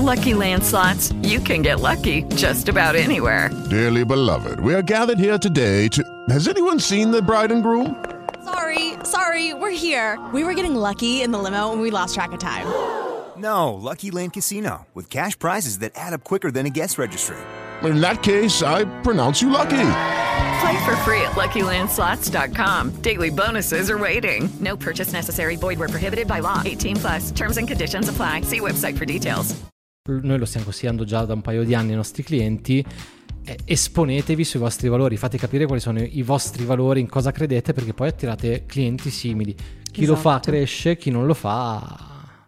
Lucky Land Slots, you can get lucky just about anywhere. Dearly beloved, we are gathered here today to... Has anyone seen the bride and groom? Sorry, we're here. We were getting lucky in the limo and we lost track of time. No, Lucky Land Casino, with cash prizes that add up quicker than a guest registry. In that case, I pronounce you lucky. Play for free at LuckyLandSlots.com. Daily bonuses are waiting. No purchase necessary. Void where prohibited by law. 18+. Terms and conditions apply. See website for details. Noi lo stiamo consigliando già da un paio di anni ai nostri clienti. Esponetevi sui vostri valori, fate capire quali sono i vostri valori, in cosa credete, perché poi attirate clienti simili. Chi lo fa cresce, chi non lo fa...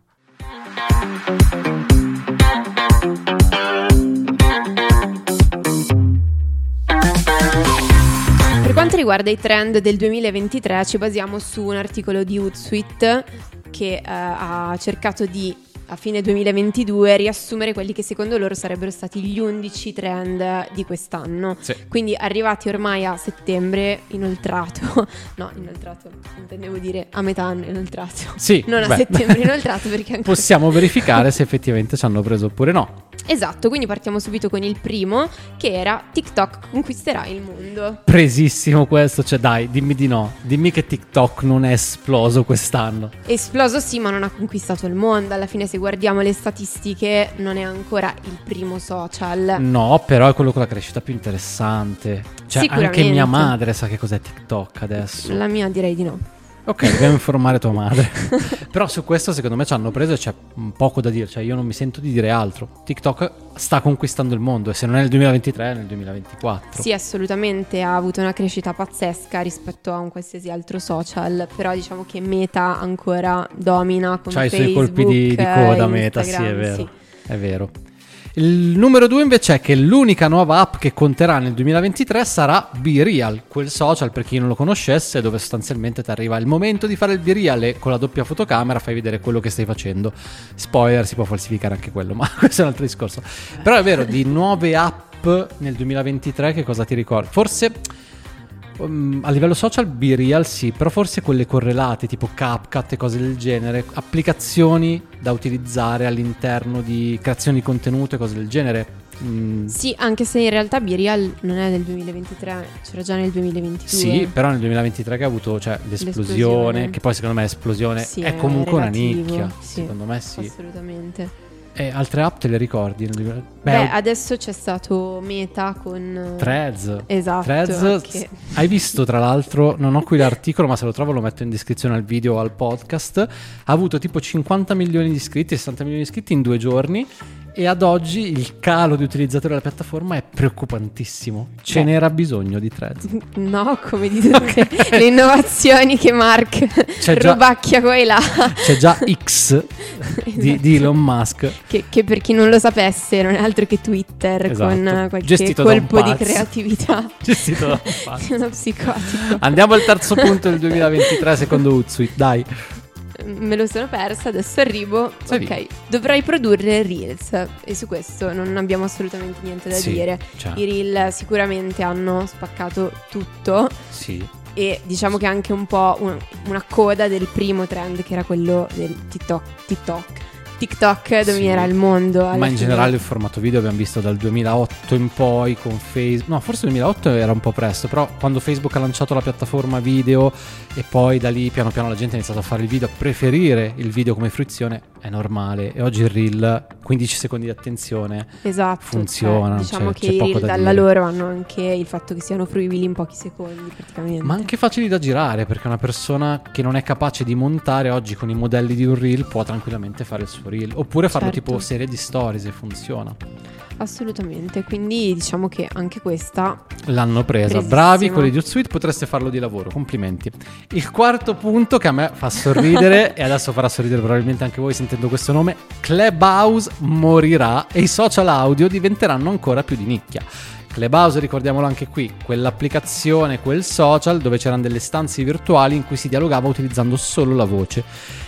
Per quanto riguarda i trend del 2023 ci basiamo su un articolo di Hootsuite che ha cercato di, a fine 2022, riassumere quelli che secondo loro sarebbero stati gli 11 trend di quest'anno. Sì. Quindi arrivati ormai a settembre, inoltrato, intendevo dire a metà anno inoltrato, sì, non a settembre inoltrato, perché ancora... possiamo verificare se effettivamente ci hanno preso oppure no. Esatto, quindi partiamo subito con il primo, che era TikTok conquisterà il mondo. Presissimo questo, cioè dai, dimmi di no, dimmi che TikTok non è esploso quest'anno. Esploso sì, ma non ha conquistato il mondo. Alla fine, se guardiamo le statistiche, non è ancora il primo social. No, però è quello con la crescita più interessante. Cioè anche mia madre sa che cos'è TikTok adesso. La mia direi di no. Ok, dobbiamo informare tua madre. Però su questo secondo me ci hanno preso e c'è poco da dire. Cioè io non mi sento di dire altro. TikTok sta conquistando il mondo, e se non è nel 2023 è nel 2024. Sì, assolutamente, ha avuto una crescita pazzesca rispetto a un qualsiasi altro social. Però diciamo che Meta ancora domina con c'ha Facebook, i suoi colpi di coda Meta, Instagram, sì, è vero, sì. È vero. Il numero 2 invece è che l'unica nuova app che conterà nel 2023 sarà BeReal, quel social, per chi non lo conoscesse, dove sostanzialmente ti arriva il momento di fare il BeReal e con la doppia fotocamera fai vedere quello che stai facendo. Spoiler, si può falsificare anche quello, ma questo è un altro discorso. Però è vero, di nuove app nel 2023 che cosa ti ricordi? Forse... a livello social BeReal sì, però forse quelle correlate tipo CapCut e cose del genere, applicazioni da utilizzare all'interno di creazioni di contenuto e cose del genere. Sì, anche se in realtà BeReal non è del 2023, c'era già nel 2022. Sì, però nel 2023 che ha avuto, cioè, l'esplosione, che poi secondo me l'esplosione sì, è comunque relativo, una nicchia, sì, secondo me sì. Assolutamente. E altre app te le ricordi? Beh, adesso c'è stato Meta con Threads. Esatto. Threads, che... hai visto tra l'altro, non ho qui l'articolo ma se lo trovo lo metto in descrizione al video o al podcast, ha avuto tipo 50 milioni di iscritti, 60 milioni di iscritti in 2 giorni. E ad oggi il calo di utilizzatori della piattaforma è preoccupantissimo. Ce n'era bisogno di Threads. No, come di tutte le innovazioni che Mark rubacchia qua e là. C'è già X di Elon Musk, che per chi non lo sapesse non è altro che Twitter, esatto, con qualche gestito colpo da un di pazzo. Creatività. Gestito da un pazzo. Uno psicotico. Andiamo al terzo punto del 2023 secondo Hootsuite, dai. Me lo sono persa, adesso arrivo. Sì. Ok, dovrai produrre Reels e su questo non abbiamo assolutamente niente da dire. Cioè. I Reel sicuramente hanno spaccato tutto. Sì. E diciamo che anche un po' una coda del primo trend, che era quello del TikTok dominerà il mondo. Ma in generale il formato video abbiamo visto dal 2008 in poi con Facebook. No, forse 2008 era un po' presto, però quando Facebook ha lanciato la piattaforma video e poi da lì piano piano la gente ha iniziato a fare il video, a preferire il video come fruizione, è normale. E oggi il Reel, 15 secondi di attenzione, esatto, funziona. Diciamo c'è che i poco Reel da dalla dire. loro hanno anche il fatto che siano fruibili in pochi secondi praticamente. Ma anche facili da girare, perché una persona che non è capace di montare oggi con i modelli di un Reel può tranquillamente fare il suo Reel, oppure farlo tipo serie di stories e funziona. Assolutamente, quindi diciamo che anche questa l'hanno presa. Presissimo. Bravi quelli di Hootsuite, potreste farlo di lavoro, complimenti. Il quarto punto che a me fa sorridere e adesso farà sorridere probabilmente anche voi sentendo questo nome: Clubhouse morirà e i social audio diventeranno ancora più di nicchia. Clubhouse, ricordiamolo anche qui, quell'applicazione, quel social dove c'erano delle stanze virtuali in cui si dialogava utilizzando solo la voce.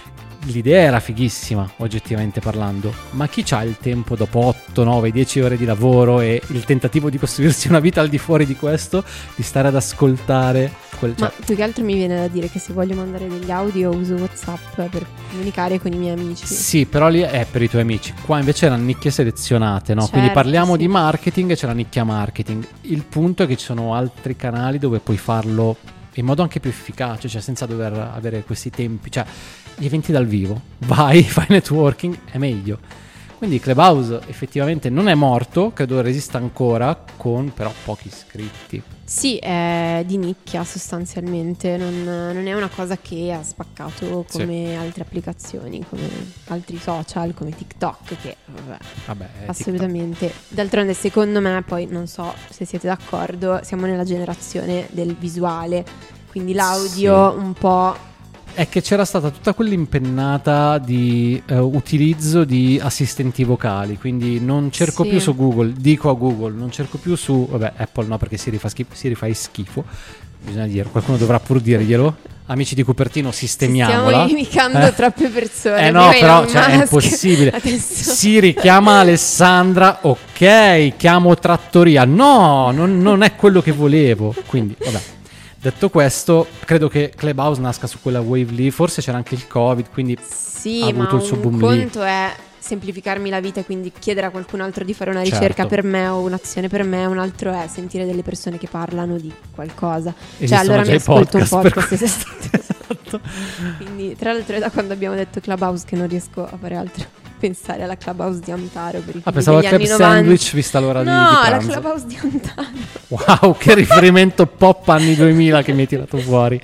l'idea era fighissima, oggettivamente parlando, ma chi c'ha il tempo dopo 8, 9, 10 ore di lavoro e il tentativo di costruirsi una vita al di fuori di questo, di stare ad ascoltare Ma più che altro mi viene da dire che se voglio mandare degli audio uso WhatsApp per comunicare con i miei amici. Sì, però lì è per i tuoi amici. Qua invece erano nicchie selezionate, no? Certo, Quindi parliamo sì. di marketing e c'è la nicchia marketing. Il punto è che ci sono altri canali dove puoi farlo in modo anche più efficace, cioè senza dover avere questi tempi, cioè gli eventi dal vivo, vai, fai networking, è meglio. Quindi Clubhouse effettivamente non è morto, credo resista ancora, con però pochi iscritti. Sì, è di nicchia sostanzialmente, non è una cosa che ha spaccato come altre applicazioni, come altri social, come TikTok, che Vabbè, assolutamente. D'altronde secondo me, poi non so se siete d'accordo, siamo nella generazione del visuale, quindi l'audio un po'... È che c'era stata tutta quell'impennata di utilizzo di assistenti vocali, quindi non cerco più su Google, dico a Google, non cerco più su, vabbè, Apple no, perché Siri fa schifo, bisogna dire, qualcuno dovrà pur dirglielo. Amici di Cupertino, sistemiamola. Stiamo inimicando troppe persone. No, però cioè, è impossibile. Siri, chiama Alessandra, ok, chiamo Trattoria. No, non è quello che volevo, quindi vabbè. Detto questo, credo che Clubhouse nasca su quella wave lì, forse c'era anche il Covid, quindi ha avuto il suo boom lì. Un conto è semplificarmi la vita e quindi chiedere a qualcun altro di fare una ricerca per me o un'azione per me, un altro è sentire delle persone che parlano di qualcosa. Esistono allora mi ascolto un podcast. Esatto. Quindi tra l'altro è da quando abbiamo detto Clubhouse che non riesco a fare altro. Pensare alla Clubhouse di Antaro per i figli pensavo degli al anni Club 90. Sandwich vista l'ora di pranzo. No, la Clubhouse di Antaro. Wow, che riferimento pop anni 2000 che mi hai tirato fuori.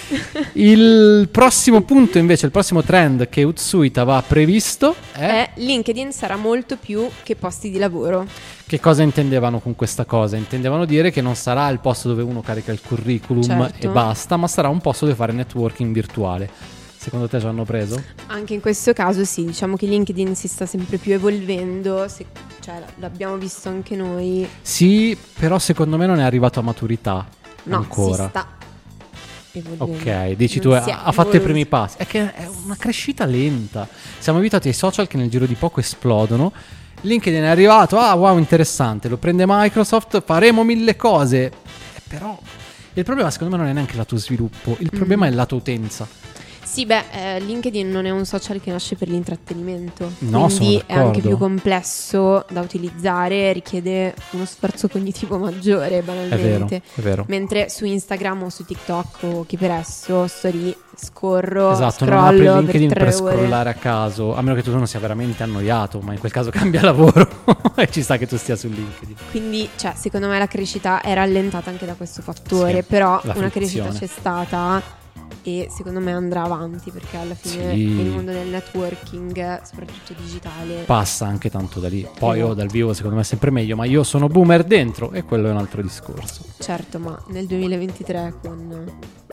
Il prossimo punto invece, il prossimo trend che Utsuite aveva previsto è LinkedIn sarà molto più che posti di lavoro. Che cosa intendevano con questa cosa? Intendevano dire che non sarà il posto dove uno carica il curriculum e basta, ma sarà un posto dove fare networking virtuale. Secondo te ci hanno preso? Anche in questo caso sì, diciamo che LinkedIn si sta sempre più evolvendo, cioè l'abbiamo visto anche noi. Sì, però secondo me non è arrivato a maturità ancora. Si sta evolvendo. Ok, dici tu, ha fatto i primi passi. È che è una crescita lenta. Siamo abituati ai social che nel giro di poco esplodono. LinkedIn è arrivato, wow, interessante, lo prende Microsoft, faremo 1000 cose. Però il problema secondo me non è neanche il lato sviluppo, il problema è il lato utenza. Sì, LinkedIn non è un social che nasce per l'intrattenimento, no, quindi è anche più complesso da utilizzare, richiede uno sforzo cognitivo maggiore banalmente. È vero. Mentre su Instagram o su TikTok o chi per esso sto lì, scorro, esatto, scrollo non apri LinkedIn per ore. scrollare a caso, a meno che tu non sia veramente annoiato, ma in quel caso cambia lavoro e ci sta che tu stia su LinkedIn. Quindi, secondo me la crescita è rallentata anche da questo fattore, però una crescita c'è stata e secondo me andrà avanti perché alla fine il mondo del networking, soprattutto digitale, passa anche tanto da lì. Poi dal vivo secondo me è sempre meglio, ma io sono boomer dentro e quello è un altro discorso. Certo, ma nel 2023 con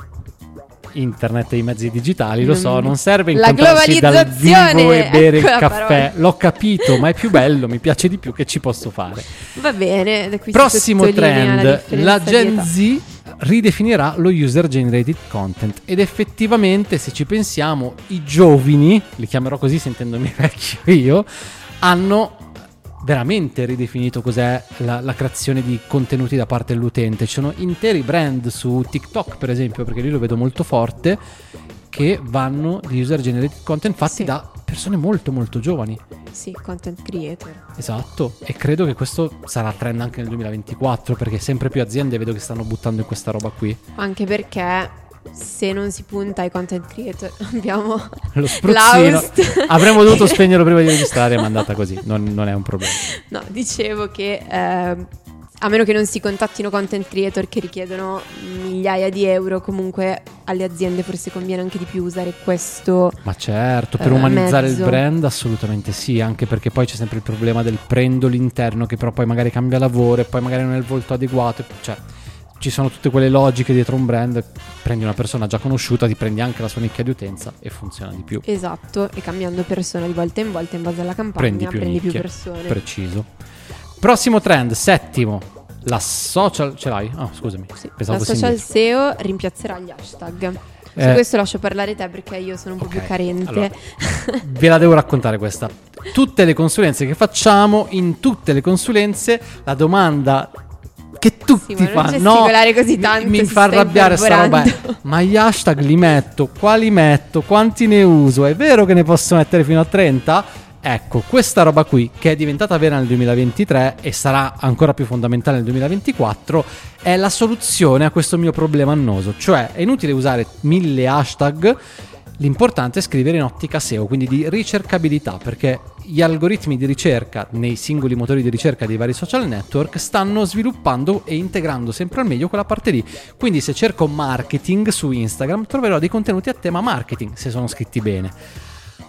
internet e i mezzi digitali, lo so, non serve incontrarsi la dal vivo e bere il caffè, parola. L'ho capito, ma è più bello, mi piace di più, che ci posso fare. Va bene, da qui prossimo trend, la Gen Z Z ridefinirà lo user generated content ed effettivamente, se ci pensiamo, i giovani, li chiamerò così sentendomi vecchio io, hanno veramente ridefinito cos'è la creazione di contenuti da parte dell'utente. Ci sono interi brand su TikTok, per esempio, perché lì lo vedo molto forte, che vanno di user generated content fatti da persone molto molto giovani. Sì, content creator. Esatto, e credo che questo sarà trend anche nel 2024, perché sempre più aziende vedo che stanno buttando in questa roba qui. Anche perché se non si punta ai content creator abbiamo lo spruzzino. Avremmo dovuto spegnerlo prima di registrare, ma è andata così, non è un problema. No, dicevo che a meno che non si contattino content creator che richiedono migliaia di euro, comunque alle aziende forse conviene anche di più usare questo. Ma certo, per umanizzare mezzo. Il brand assolutamente sì, anche perché poi c'è sempre il problema del prendo l'interno che però poi magari cambia lavoro e poi magari non è il volto adeguato, cioè ci sono tutte quelle logiche dietro un brand. Prendi una persona già conosciuta, ti prendi anche la sua nicchia di utenza e funziona di più. Esatto, e cambiando persona di volta in volta in base alla campagna prendi più persone. Preciso. Prossimo trend, settimo, la social... Ce l'hai? Ah, scusami. Sì. Pensavo la fossi social indietro. SEO rimpiazzerà gli hashtag. Su questo lascio parlare te perché io sono un po' più carente. Allora, ve la devo raccontare questa. Tutte le consulenze che facciamo, in tutte le consulenze la domanda che tutti fanno, così tanto, mi fa arrabbiare sta roba, ma gli hashtag li metto, quali metto, quanti ne uso, è vero che ne posso mettere fino a 30? Ecco, questa roba qui, che è diventata vera nel 2023 e sarà ancora più fondamentale nel 2024, è la soluzione a questo mio problema annoso. Cioè, è inutile usare 1000 hashtag, l'importante è scrivere in ottica SEO, quindi di ricercabilità, perché gli algoritmi di ricerca nei singoli motori di ricerca dei vari social network stanno sviluppando e integrando sempre al meglio quella parte lì. Quindi se cerco marketing su Instagram troverò dei contenuti a tema marketing, se sono scritti bene.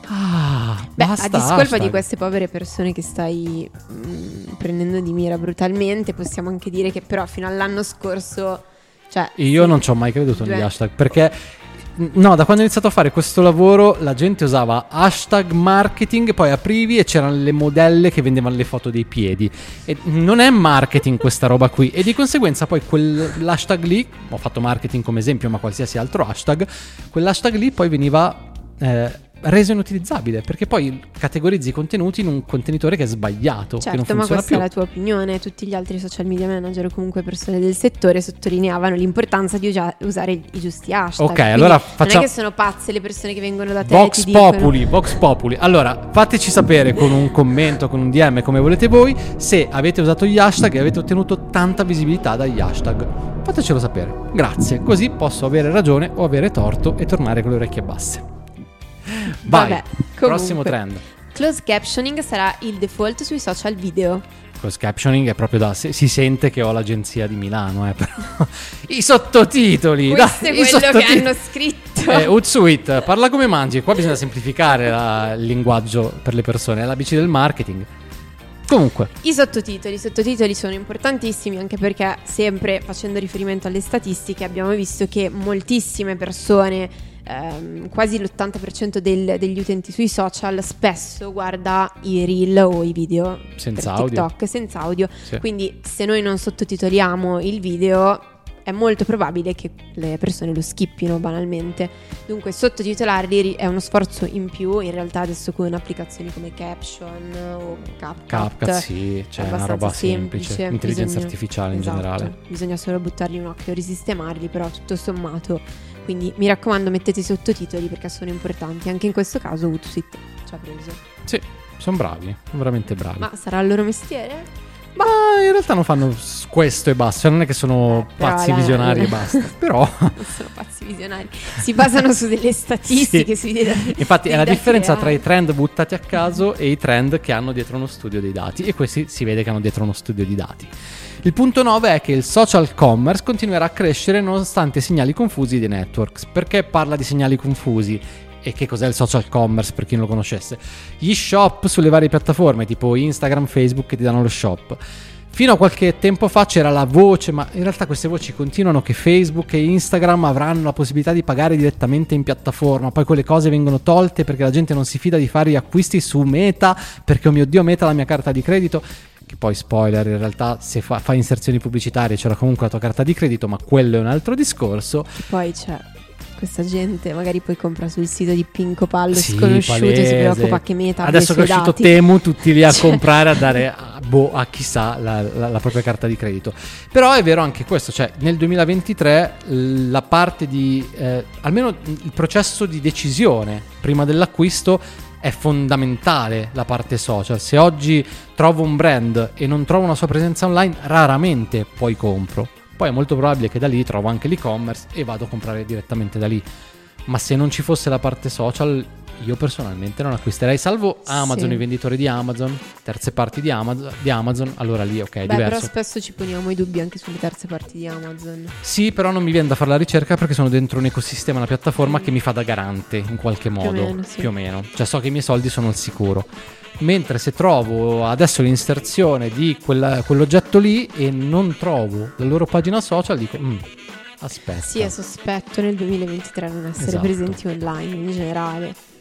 Basta, a discolpa hashtag. di queste povere persone che stai prendendo di mira brutalmente, possiamo anche dire che però fino all'anno scorso, cioè, io non ci ho mai creduto negli hashtag, perché no, da quando ho iniziato a fare questo lavoro la gente usava hashtag marketing, poi aprivi e c'erano le modelle che vendevano le foto dei piedi, e non è marketing questa roba qui, e di conseguenza poi quell'hashtag lì, ho fatto marketing come esempio ma qualsiasi altro hashtag, quell'hashtag lì poi veniva reso inutilizzabile, perché poi categorizzi i contenuti in un contenitore che è sbagliato, che non certo, ma funziona questa più. è la tua opinione. Tutti gli altri social media manager o comunque persone del settore sottolineavano l'importanza di usare i giusti hashtag. Ok, allora facciamo... Non è che sono pazze le persone che vengono da te Vox e ti Populi, dicono... Vox Populi. Allora, fateci sapere con un commento, con un DM, come volete voi, se avete usato gli hashtag e avete ottenuto tanta visibilità dagli hashtag. Fatecelo sapere. Grazie, così posso avere ragione o avere torto e tornare con le orecchie basse. Vai, Vabbè, prossimo comunque, trend. Closed captioning sarà il default sui social video. Closed captioning è proprio si sente che ho l'agenzia di Milano, però. I sottotitoli. Questo è quello che hanno scritto. Hootsuite, parla come mangi. Qua bisogna semplificare il linguaggio per le persone, è l'ABC del marketing. Comunque, I sottotitoli sono importantissimi, anche perché, sempre facendo riferimento alle statistiche, abbiamo visto che moltissime persone, quasi l'80% degli utenti sui social, spesso guarda i reel o i video senza per audio. TikTok senza audio. Sì. Quindi se noi non sottotitoliamo il video è molto probabile che le persone lo skippino banalmente. Dunque sottotitolarli è uno sforzo in più. In realtà adesso con applicazioni come Caption o CapCut sì, cioè è una roba abbastanza semplice. Intelligenza artificiale esatto, in generale. bisogna solo buttargli un occhio, risistemarli, però tutto sommato. Quindi mi raccomando, mettete i sottotitoli perché sono importanti. Anche in questo caso Hootsuite ci ha preso. Sì, sono bravi, sono veramente bravi. Ma sarà il loro mestiere? Ma in realtà non fanno questo e basta, cioè non è che sono però pazzi visionari e basta. Però non sono pazzi visionari, si basano su delle statistiche, sì. sui dati. Infatti è la dati differenza reali. tra i trend buttati a caso e i trend che hanno dietro uno studio dei dati, e questi si vede che hanno dietro uno studio di dati. Il punto 9 è che il social commerce continuerà a crescere nonostante i segnali confusi dei networks. Perché parla di segnali confusi? E che cos'è il social commerce per chi non lo conoscesse? Gli shop sulle varie piattaforme tipo Instagram, Facebook, che ti danno lo shop. Fino a qualche tempo fa c'era la voce, ma in realtà queste voci continuano, che Facebook e Instagram avranno la possibilità di pagare direttamente in piattaforma. Poi quelle cose vengono tolte perché la gente non si fida di fare gli acquisti su Meta, perché oh mio Dio, Meta ha la mia carta di credito. Che poi spoiler, in realtà se fa inserzioni pubblicitarie c'era comunque la tua carta di credito, ma quello è un altro discorso. E poi c'è questa gente, magari poi compra sul sito di Pinco Pallo Sì, sconosciuti, palese. si preoccupa che Meta adesso che è abbia i uscito suoi dati. Temu, tutti lì a comprare, a dare a chissà la propria carta di credito. Però è vero anche questo, cioè nel 2023 la parte di almeno il processo di decisione prima dell'acquisto è fondamentale, la parte social. Se oggi trovo un brand e non trovo una sua presenza online, raramente poi compro. Poi è molto probabile che da lì trovo anche l'e-commerce e vado a comprare direttamente da lì. Ma se non ci fosse la parte social, io personalmente non acquisterei, salvo Amazon, Sì. i venditori di Amazon, terze parti di Amazon, allora lì ok, è Beh, però diverso. spesso ci poniamo i dubbi anche sulle terze parti di Amazon. Sì, però non mi viene da fare la ricerca perché sono dentro un ecosistema, una piattaforma che mi fa da garante in qualche modo, meno, sì. più o meno. Cioè so che i miei soldi sono al sicuro. Mentre se trovo adesso l'inserzione di quell'oggetto lì e non trovo la loro pagina social, dico aspetta. Sì, è sospetto nel 2023 non essere Esatto. presenti online in generale.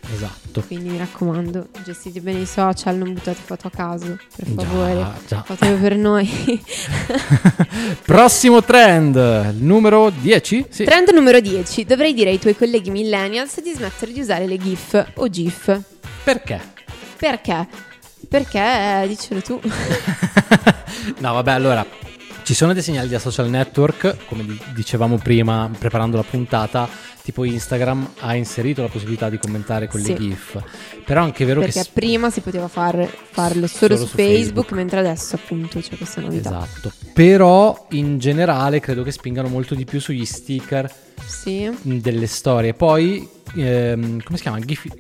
Esatto. Quindi mi raccomando, gestite bene i social, non buttate foto a caso, per favore. Già. Fatelo per noi. Prossimo trend, numero 10. Sì. Trend numero 10. Dovrei dire ai tuoi colleghi millennials di smettere di usare le GIF o GIF. Perché? Perché, dicelo tu. No, vabbè, allora, ci sono dei segnali da social network, come dicevamo prima, preparando la puntata, tipo Instagram ha inserito la possibilità di commentare con le GIF. Però è anche vero perché prima si poteva farlo solo su Facebook, mentre adesso appunto c'è questa novità. Esatto. Però in generale credo che spingano molto di più sugli sticker delle storie. Poi come si chiama?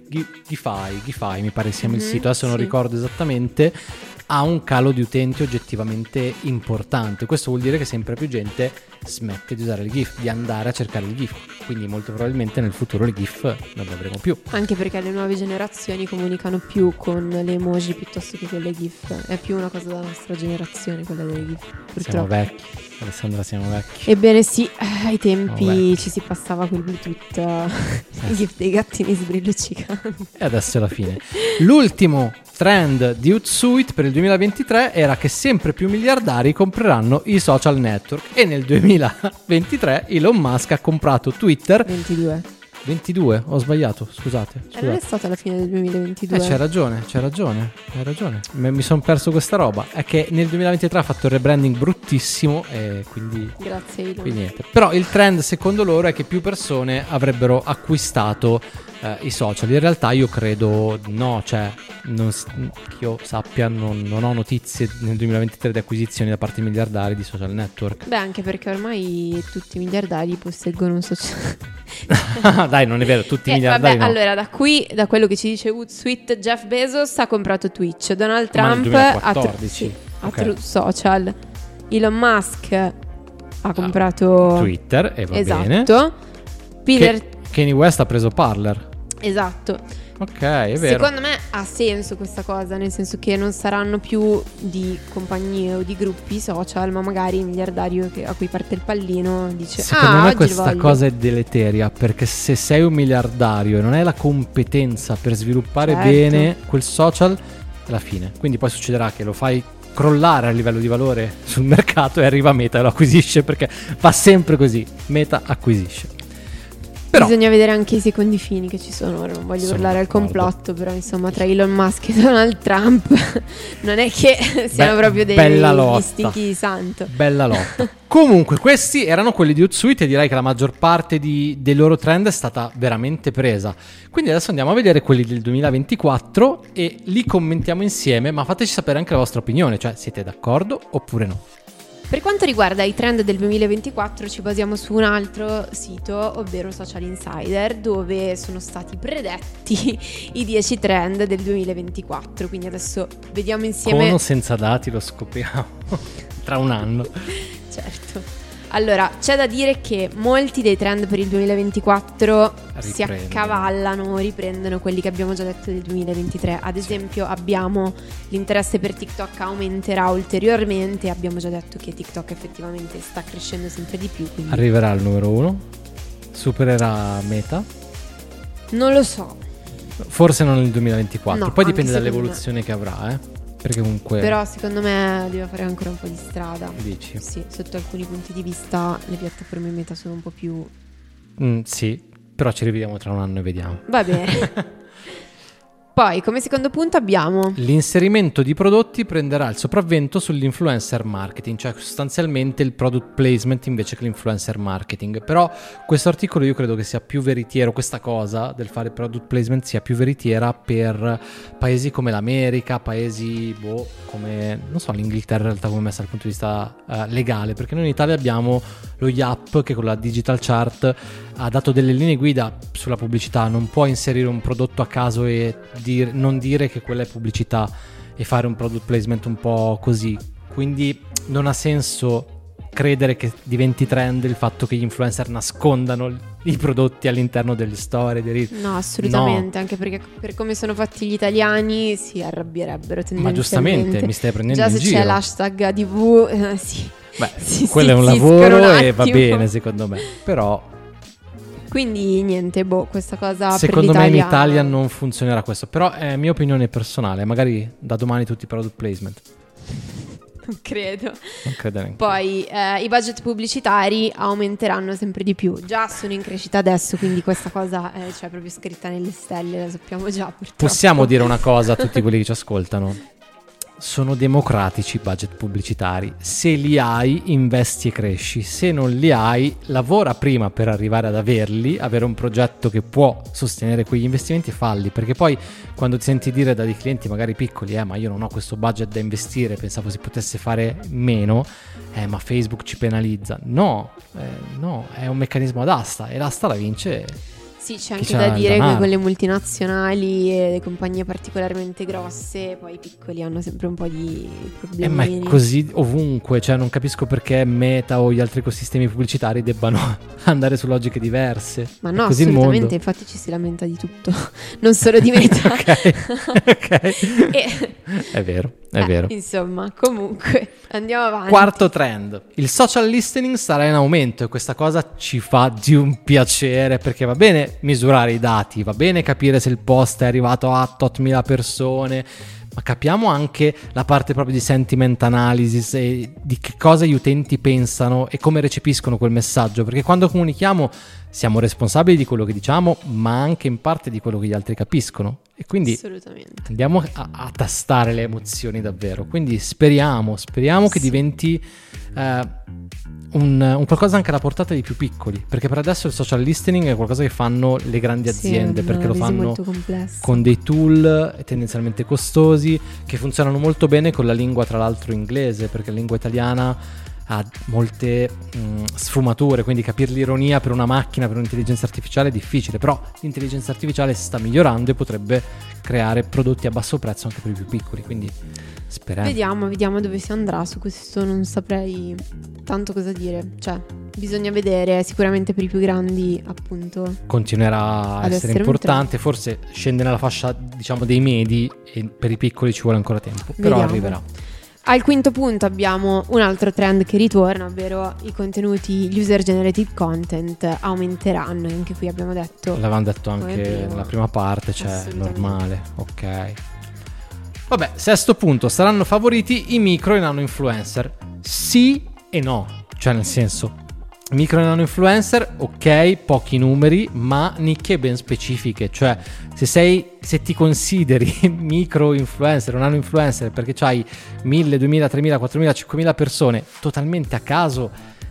Gify mi pare sia il sito, adesso non ricordo esattamente. Ha un calo di utenti oggettivamente importante. Questo vuol dire che sempre più gente smette di usare le GIF, di andare a cercare le GIF. Quindi molto probabilmente nel futuro le GIF non le avremo più. Anche perché le nuove generazioni comunicano più con le emoji piuttosto che con le GIF. È più una cosa della nostra generazione quella delle GIF, purtroppo. Siamo vecchi, Alessandra, siamo vecchi. Ebbene sì, ai tempi ci si passava col Bluetooth i GIF dei gattini sbrilluccicanti. E adesso è la fine. L'ultimo trend di Hootsuite per il 2023 era che sempre più miliardari compreranno i social network, e nel 2023 Elon Musk ha comprato Twitter. 22? Ho sbagliato, scusate. Non è stata la fine del 2022. C'hai ragione. Hai ragione. Mi sono perso questa roba. È che nel 2023 ha fatto il rebranding bruttissimo e quindi... Grazie Elon. Quindi niente. Però il trend secondo loro è che più persone avrebbero acquistato i social. In realtà io credo no, cioè che io sappia non ho notizie nel 2023 di acquisizioni da parte miliardari di social network. Beh, anche perché ormai tutti i miliardari posseggono un social. Dai, non è vero, tutti i miliardari no. Allora da quello che ci dice Hootsuite, Jeff Bezos ha comprato Twitch, Donald Trump ha Truth Social, Elon Musk ha comprato Twitter e va bene. Esatto. Kanye West ha preso Parler. Esatto. Ok, è vero. Secondo me ha senso questa cosa, nel senso che non saranno più di compagnie o di gruppi social, ma magari il miliardario a cui parte il pallino dice: secondo me questa cosa cosa è deleteria, perché se sei un miliardario e non hai la competenza per sviluppare bene quel social, è la fine. Quindi poi succederà che lo fai crollare a livello di valore sul mercato e arriva Meta e lo acquisisce, perché va sempre così, Meta acquisisce. Però bisogna vedere anche i secondi fini che ci sono. Ora non voglio urlare al complotto, però insomma tra Elon Musk e Donald Trump non è che siano proprio dei stinchi di santo. Bella lotta. Comunque questi erano quelli di Hootsuite e direi che la maggior parte dei loro trend è stata veramente presa. Quindi adesso andiamo a vedere quelli del 2024 e li commentiamo insieme, ma fateci sapere anche la vostra opinione, cioè siete d'accordo oppure no. Per quanto riguarda i trend del 2024 ci basiamo su un altro sito, ovvero Social Insider, dove sono stati predetti i 10 trend del 2024. Quindi adesso vediamo insieme. Con o senza dati lo scopriamo tra un anno. Certo. Allora, c'è da dire che molti dei trend per il 2024 si accavallano, riprendono quelli che abbiamo già detto del 2023. Ad esempio abbiamo l'interesse per TikTok aumenterà ulteriormente. Abbiamo già detto che TikTok effettivamente sta crescendo sempre di più. Quindi... Arriverà al numero 1? Supererà Meta? Non lo so. Forse non nel 2024. No, poi dipende dall'evoluzione che avrà, perché comunque... Però secondo me deve fare ancora un po' di strada. Dici? Sì, sotto alcuni punti di vista le piattaforme Meta sono un po' più... sì, però ci rivediamo tra un anno e vediamo. Va bene. Poi, come secondo punto abbiamo... L'inserimento di prodotti prenderà il sopravvento sull'influencer marketing, cioè sostanzialmente il product placement invece che l'influencer marketing. Però questo articolo io credo che sia più veritiero, questa cosa del fare product placement sia più veritiera per paesi come l'America, paesi come, non so, l'Inghilterra in realtà come messa dal punto di vista legale, perché noi in Italia abbiamo lo IAP che con la Digital Chart ha dato delle linee guida sulla pubblicità. Non puoi inserire un prodotto a caso e non dire che quella è pubblicità e fare un product placement un po' così. Quindi non ha senso credere che diventi trend il fatto che gli influencer nascondano i prodotti all'interno delle storie, dei reel. No, assolutamente, anche perché per come sono fatti gli italiani si arrabbierebbero tendenzialmente. Ma giustamente, mi stai prendendo già in se giro. c'è l'hashtag ADV, sì. Beh, quello è un lavoro e va bene secondo me, però Quindi niente, questa cosa secondo per me in l'Italia... Italia non funzionerà questo, però è mia opinione personale, magari da domani tutti product placement. Non credo. Non credo neanche. Poi i budget pubblicitari aumenteranno sempre di più. Già sono in crescita adesso, quindi questa cosa è proprio scritta nelle stelle, la sappiamo già purtroppo. Possiamo dire una cosa a tutti quelli che ci ascoltano? Sono democratici i budget pubblicitari. Se li hai, investi e cresci. Se non li hai, lavora prima per arrivare ad averli, avere un progetto che può sostenere quegli investimenti e falli. Perché poi quando ti senti dire da dei clienti magari piccoli, ma io non ho questo budget da investire, pensavo si potesse fare meno, ma Facebook ci penalizza. No, è un meccanismo ad asta e l'asta la vince. Sì, c'è anche da dire che con le multinazionali e le compagnie particolarmente grosse, poi i piccoli hanno sempre un po' di problemi. Ma è così ovunque, cioè non capisco perché Meta o gli altri ecosistemi pubblicitari debbano andare su logiche diverse. Ma no, assolutamente, infatti ci si lamenta di tutto, non solo di Meta. Ok. È vero. Insomma, comunque, andiamo avanti. Quarto trend. Il social listening sarà in aumento e questa cosa ci fa di un piacere, perché va bene misurare i dati, va bene capire se il post è arrivato a tot mila persone, ma capiamo anche la parte proprio di sentiment analysis e di che cosa gli utenti pensano e come recepiscono quel messaggio, perché quando comunichiamo siamo responsabili di quello che diciamo, ma anche in parte di quello che gli altri capiscono, e quindi andiamo a tastare le emozioni davvero. Quindi speriamo che diventi un qualcosa anche alla portata dei più piccoli, perché per adesso il social listening è qualcosa che fanno le grandi aziende, perché lo fanno con dei tool tendenzialmente costosi che funzionano molto bene con la lingua, tra l'altro inglese, perché la lingua italiana ha molte sfumature, quindi capire l'ironia per una macchina, per un'intelligenza artificiale è difficile, però l'intelligenza artificiale sta migliorando e potrebbe creare prodotti a basso prezzo anche per i più piccoli, quindi speriamo. Vediamo dove si andrà. Su questo non saprei tanto cosa dire, cioè bisogna vedere. Sicuramente per i più grandi appunto continuerà a essere importante, forse scende nella fascia diciamo dei medi e per i piccoli ci vuole ancora tempo, però arriverà. Al quinto punto abbiamo un altro trend che ritorna, ovvero i contenuti user generated content aumenteranno. Anche qui abbiamo detto, l'avevamo detto anche nella prima parte, cioè normale. Ok, vabbè, sesto punto, saranno favoriti i micro e nano influencer. Sì e no, cioè nel senso, micro e nano influencer, ok, pochi numeri, ma nicchie ben specifiche. Cioè se ti consideri micro influencer o nano influencer perché c'hai 1000, 2000, 3000, 4000, 5000 persone totalmente a caso,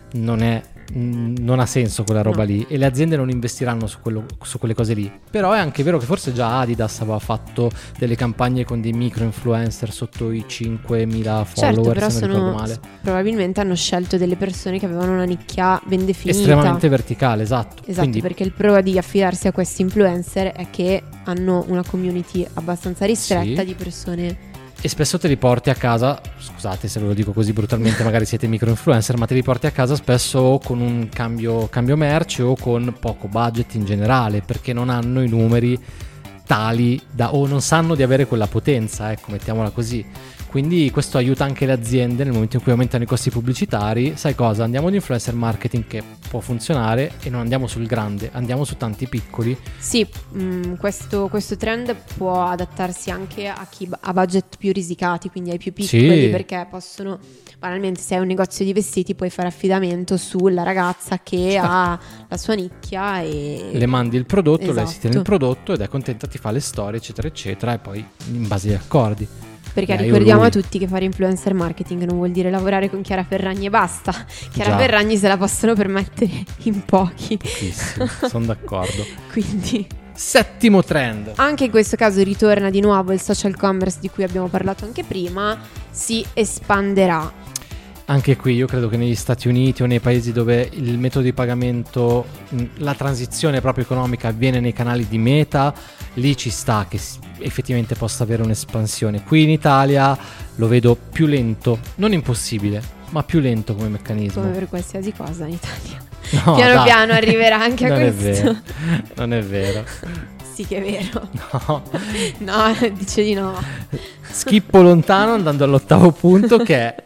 non ha senso quella roba lì, e le aziende non investiranno su quelle cose lì. Però è anche vero che forse già Adidas aveva fatto delle campagne con dei micro influencer sotto i 5.000 follower, però se non ricordo male. Probabilmente hanno scelto delle persone che avevano una nicchia ben definita, estremamente verticale. Esatto, quindi, perché il pro di affidarsi a questi influencer è che hanno una community abbastanza ristretta di persone. E spesso te li porti a casa, scusate se ve lo dico così brutalmente, magari siete micro influencer, ma te li porti a casa spesso con un cambio merce o con poco budget in generale, perché non hanno i numeri tali o non sanno di avere quella potenza, ecco, mettiamola così. Quindi questo aiuta anche le aziende nel momento in cui aumentano i costi pubblicitari. Sai cosa? Andiamo di influencer marketing che può funzionare e non andiamo sul grande, andiamo su tanti piccoli. Sì, questo trend può adattarsi anche a chi ha budget più risicati, quindi ai più piccoli, perché possono, banalmente, se hai un negozio di vestiti puoi fare affidamento sulla ragazza che ha la sua nicchia e le mandi il prodotto, lei si tiene il prodotto ed è contenta, ti fa le storie eccetera eccetera, e poi in base agli accordi. Perché ricordiamo a tutti che fare influencer marketing non vuol dire lavorare con Chiara Ferragni e basta. Chiara Ferragni se la possono permettere in pochi. Sono d'accordo. Quindi settimo trend. Anche in questo caso ritorna di nuovo il social commerce di cui abbiamo parlato anche prima. Si espanderà. Anche qui io credo che negli Stati Uniti o nei paesi dove il metodo di pagamento, la transizione proprio economica avviene nei canali di Meta, lì ci sta che effettivamente possa avere un'espansione. Qui in Italia lo vedo più lento, non impossibile, ma più lento come meccanismo. Come per qualsiasi cosa in Italia. No, piano piano arriverà anche a questo. Non è vero. Sì che è vero. No, dice di no. Schippo lontano andando all'ottavo punto, che è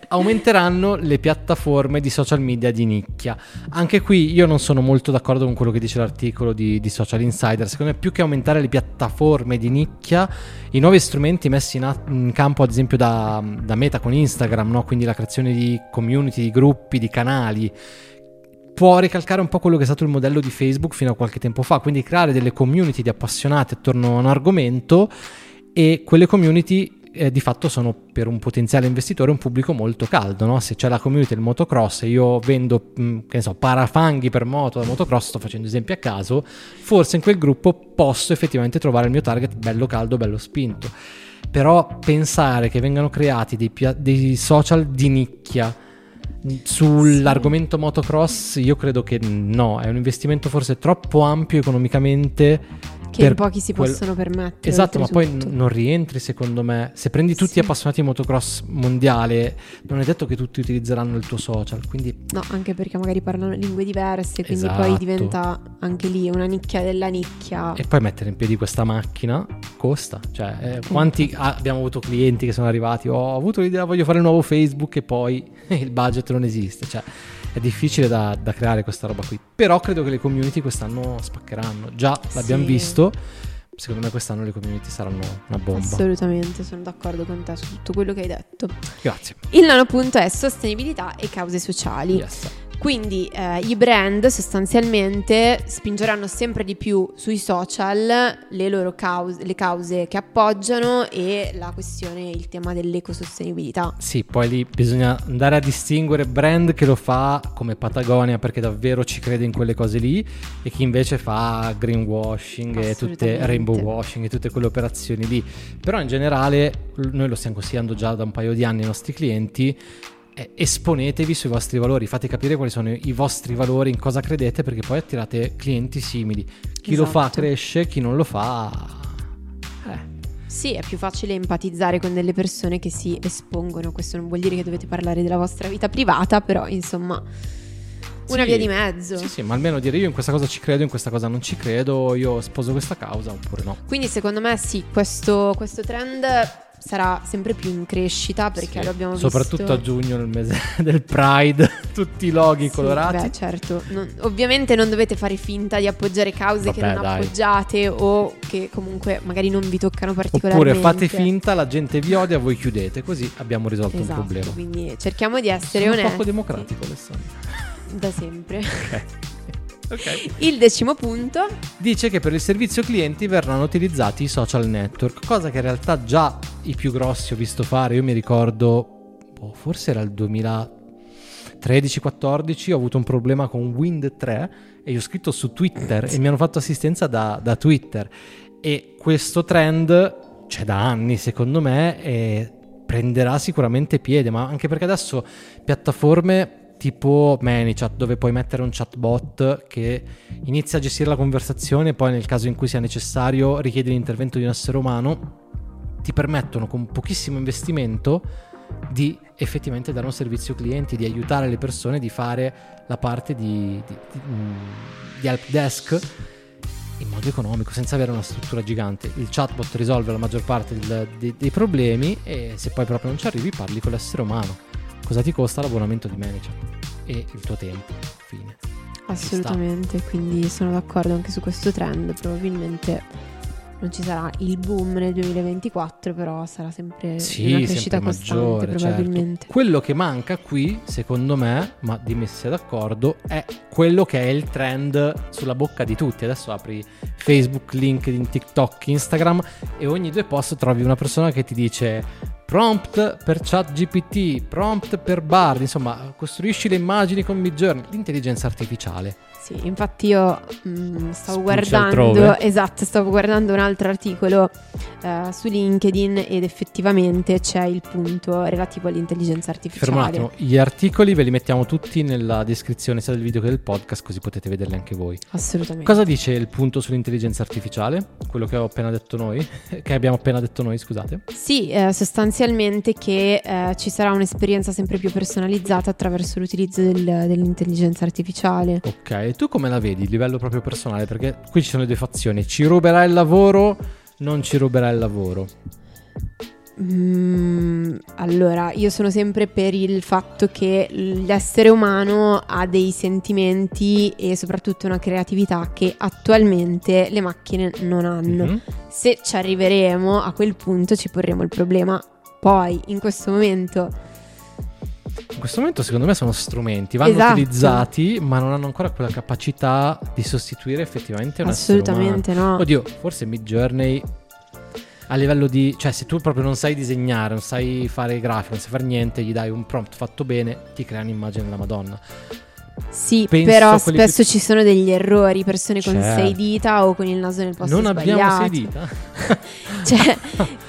aumenteranno le piattaforme di social media di nicchia. Anche qui io non sono molto d'accordo con quello che dice l'articolo di Social Insider. Secondo me, più che aumentare le piattaforme di nicchia, i nuovi strumenti messi in campo ad esempio da Meta con Instagram, no? Quindi la creazione di community, di gruppi, di canali, può ricalcare un po' quello che è stato il modello di Facebook fino a qualche tempo fa, quindi creare delle community di appassionati attorno a un argomento, e quelle community di fatto sono per un potenziale investitore un pubblico molto caldo, no? Se c'è la community del motocross e io vendo che ne so, parafanghi per moto da motocross, sto facendo esempi a caso, forse in quel gruppo posso effettivamente trovare il mio target bello caldo, bello spinto. Però pensare che vengano creati dei social di nicchia sull'argomento motocross, io credo che no, è un investimento forse troppo ampio economicamente, che in pochi si possono permettere. Esatto, ma poi non rientri, secondo me. Se prendi tutti gli appassionati di motocross mondiale, non è detto che tutti utilizzeranno il tuo social, quindi no, anche perché magari parlano lingue diverse, quindi esatto, poi diventa anche lì una nicchia della nicchia. E poi mettere in piedi questa macchina costa, cioè quanti abbiamo avuto clienti che sono arrivati, ho avuto l'idea, voglio fare il nuovo Facebook, e poi il budget non esiste, cioè è difficile da creare questa roba qui. Però credo che le community quest'anno spaccheranno, già l'abbiamo visto. Secondo me quest'anno le community saranno una bomba. Assolutamente, sono d'accordo con te su tutto quello che hai detto. Grazie. Il nono punto è sostenibilità e cause sociali. Yes. Quindi i brand sostanzialmente spingeranno sempre di più sui social le cause che appoggiano, e la questione, il tema dell'ecosostenibilità. Sì, poi lì bisogna andare a distinguere brand che lo fa come Patagonia perché davvero ci crede in quelle cose lì, e chi invece fa greenwashing e tutte rainbow washing e tutte quelle operazioni lì. Però in generale noi lo stiamo consigliando già da un paio di anni ai nostri clienti: esponetevi sui vostri valori, fate capire quali sono i vostri valori, in cosa credete, perché poi attirate clienti simili. Chi lo fa cresce, chi non lo fa Sì, è più facile empatizzare con delle persone che si espongono. Questo non vuol dire che dovete parlare della vostra vita privata, però insomma una via di mezzo. Sì, ma almeno dire: io in questa cosa ci credo, in questa cosa non ci credo, io sposo questa causa oppure no. Quindi secondo me sì, questo trend sarà sempre più in crescita, perché lo abbiamo visto soprattutto a giugno, nel mese del Pride, tutti i loghi colorati. Beh, certo, ovviamente non dovete fare finta di appoggiare cause che non appoggiate, o che comunque magari non vi toccano particolarmente. Oppure fate finta, la gente vi odia, voi chiudete, così abbiamo risolto un problema. Quindi cerchiamo di essere onesti. Un poco democratico, Alessandro. Da sempre. Okay. Il 10° punto dice che per il servizio clienti verranno utilizzati i social network, cosa che in realtà già i più grossi ho visto fare. Io mi ricordo, forse era il 2013-14, ho avuto un problema con Wind 3 e io ho scritto su Twitter e mi hanno fatto assistenza da Twitter, e questo trend c'è da anni secondo me e prenderà sicuramente piede, ma anche perché adesso piattaforme tipo ManyChat, dove puoi mettere un chatbot che inizia a gestire la conversazione e poi nel caso in cui sia necessario richiede l'intervento di un essere umano, ti permettono con pochissimo investimento di effettivamente dare un servizio clienti, di aiutare le persone, di fare la parte di help desk in modo economico, senza avere una struttura gigante. Il chatbot risolve la maggior parte dei problemi, e se poi proprio non ci arrivi parli con l'essere umano. Cosa ti costa l'abbonamento di ManyChat? E il tuo tempo, fine. Assolutamente, quindi sono d'accordo anche su questo trend. Probabilmente non ci sarà il boom nel 2024, però sarà sempre una crescita costante, maggiore, probabilmente. Certo. Quello che manca qui, secondo me, ma dimmi se sei d'accordo, è quello che è il trend sulla bocca di tutti. Adesso apri Facebook, LinkedIn, TikTok, Instagram, e ogni 2 post trovi una persona che ti dice: prompt per ChatGPT, prompt per Bard, insomma, costruisci le immagini con Midjourney, l'intelligenza artificiale. Sì, infatti io stavo guardando un altro articolo su LinkedIn, ed effettivamente c'è il punto relativo all'intelligenza artificiale. Fermo un attimo, gli articoli ve li mettiamo tutti nella descrizione sia del video che del podcast, così potete vederli anche voi. Assolutamente. Cosa dice il punto sull'intelligenza artificiale? Quello che ho appena detto noi, che abbiamo appena detto noi, scusate. Sì, sostanzialmente che ci sarà un'esperienza sempre più personalizzata attraverso l'utilizzo dell'intelligenza artificiale. Ok, tu come la vedi a livello proprio personale? Perché qui ci sono 2 fazioni: ci ruberà il lavoro, non ci ruberà il lavoro. Allora, io sono sempre per il fatto che l'essere umano ha dei sentimenti e soprattutto una creatività che attualmente le macchine non hanno. Mhm. Se ci arriveremo a quel punto ci porremo il problema. Poi, in questo momento, secondo me sono strumenti, vanno Esatto. utilizzati, ma non hanno ancora quella capacità di sostituire effettivamente un essere assolutamente umano. no. Oddio, forse Midjourney a livello di, cioè se tu proprio non sai disegnare, non sai fare grafica, non sai fare niente, gli dai un prompt fatto bene, ti crea un'immagine della Madonna. Sì, Penso però a quelli spesso più- ci sono degli errori, persone con Certo. 6 dita o con il naso nel posto Non sbagliato. abbiamo 6 dita. Cioè,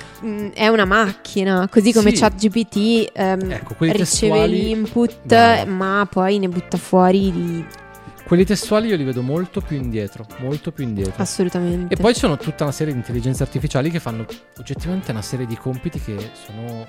è una macchina, così come Sì. ChatGPT Ecco, quelli riceve testuali- l'input, Bravo. ma poi ne butta fuori di... Quelli testuali io li vedo molto più indietro, assolutamente. E poi ci sono tutta una serie di intelligenze artificiali che fanno oggettivamente una serie di compiti che sono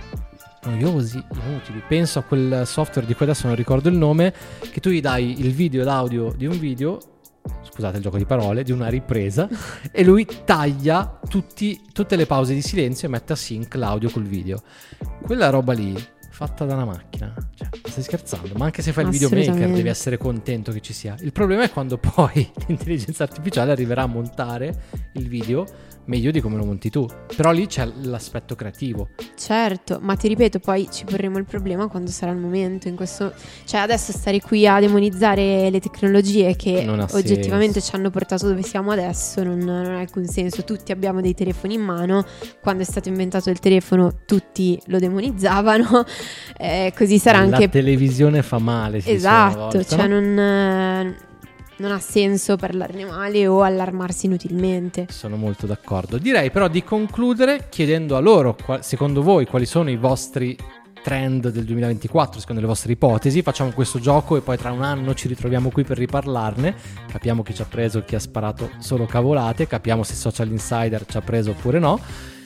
noiosi, inutili. Penso a quel software di cui adesso non ricordo il nome, che tu gli dai il video e l'audio di un video, scusate il gioco di parole, di una ripresa, e lui taglia tutte le pause di silenzio e mette a sync l'audio col video. Quella roba lì fatta da una macchina, cioè stai scherzando? Ma anche se fai il videomaker Assolutamente. devi essere contento che ci sia. Il problema è quando poi l'intelligenza artificiale arriverà a montare il video meglio di come lo monti tu. Però lì c'è l'aspetto creativo. Certo, ma ti ripeto, poi ci porremo il problema quando sarà il momento. In questo, cioè, adesso stare qui a demonizzare le tecnologie che Non ha oggettivamente senso. ci hanno portato dove siamo adesso non ha alcun senso. Tutti abbiamo dei telefoni in mano. Quando è stato inventato il telefono, tutti lo demonizzavano. Così sarà La anche. televisione fa male, si diceva una Esatto, volta, cioè no? non ha senso parlarne male o allarmarsi inutilmente. Sono molto d'accordo. Direi però di concludere chiedendo a loro, secondo voi, quali sono i vostri trend del 2024, secondo le vostre ipotesi. Facciamo questo gioco e poi tra un anno ci ritroviamo qui per riparlarne. Capiamo chi ci ha preso e chi ha sparato solo cavolate. Capiamo se Social Insider ci ha preso oppure no.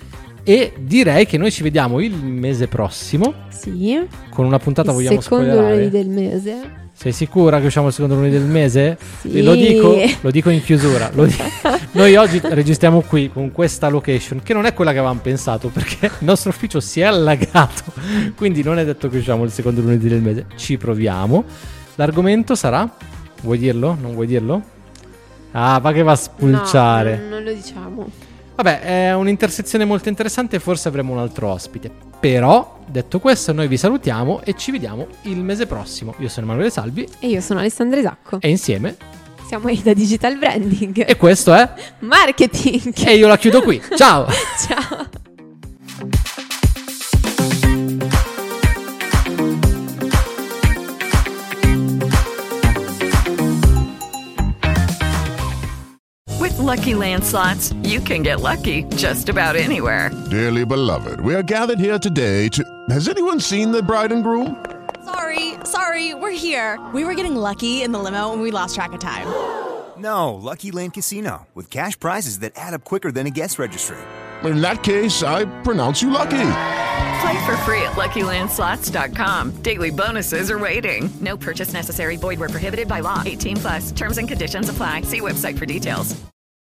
E direi che noi ci vediamo il mese prossimo. Sì. Con una puntata Il vogliamo secondo spoilerare? lunedì del mese. Sei sicura che usciamo il secondo lunedì del mese? Sì. Lo dico in chiusura. Noi oggi registriamo qui con questa location che non è quella che avevamo pensato, perché il nostro ufficio si è allagato, quindi non è detto che usciamo il secondo lunedì del mese. Ci proviamo. L'argomento sarà? Vuoi dirlo? Non vuoi dirlo? Ah, va che va a spulciare. No, non lo diciamo. Vabbè, è un'intersezione molto interessante, forse avremo un altro ospite. Però, detto questo, noi vi salutiamo e ci vediamo il mese prossimo. Io sono Emanuele Salvi E io sono Alessandra Isacco. e insieme, Siamo da Digital Branding. e questo è... Marketing. E io la chiudo qui. Ciao! Ciao. With Lucky Land Slots, you can get lucky just about anywhere. Dearly beloved, we are gathered here today to... Has anyone seen the bride and groom? Sorry, we're here. We were getting lucky in the limo and we lost track of time. No, Lucky Land Casino, with cash prizes that add up quicker than a guest registry. In that case, I pronounce you lucky. Play for free at LuckyLandSlots.com. Daily bonuses are waiting. No purchase necessary. Void where prohibited by law. 18+. Terms and conditions apply. See website for details.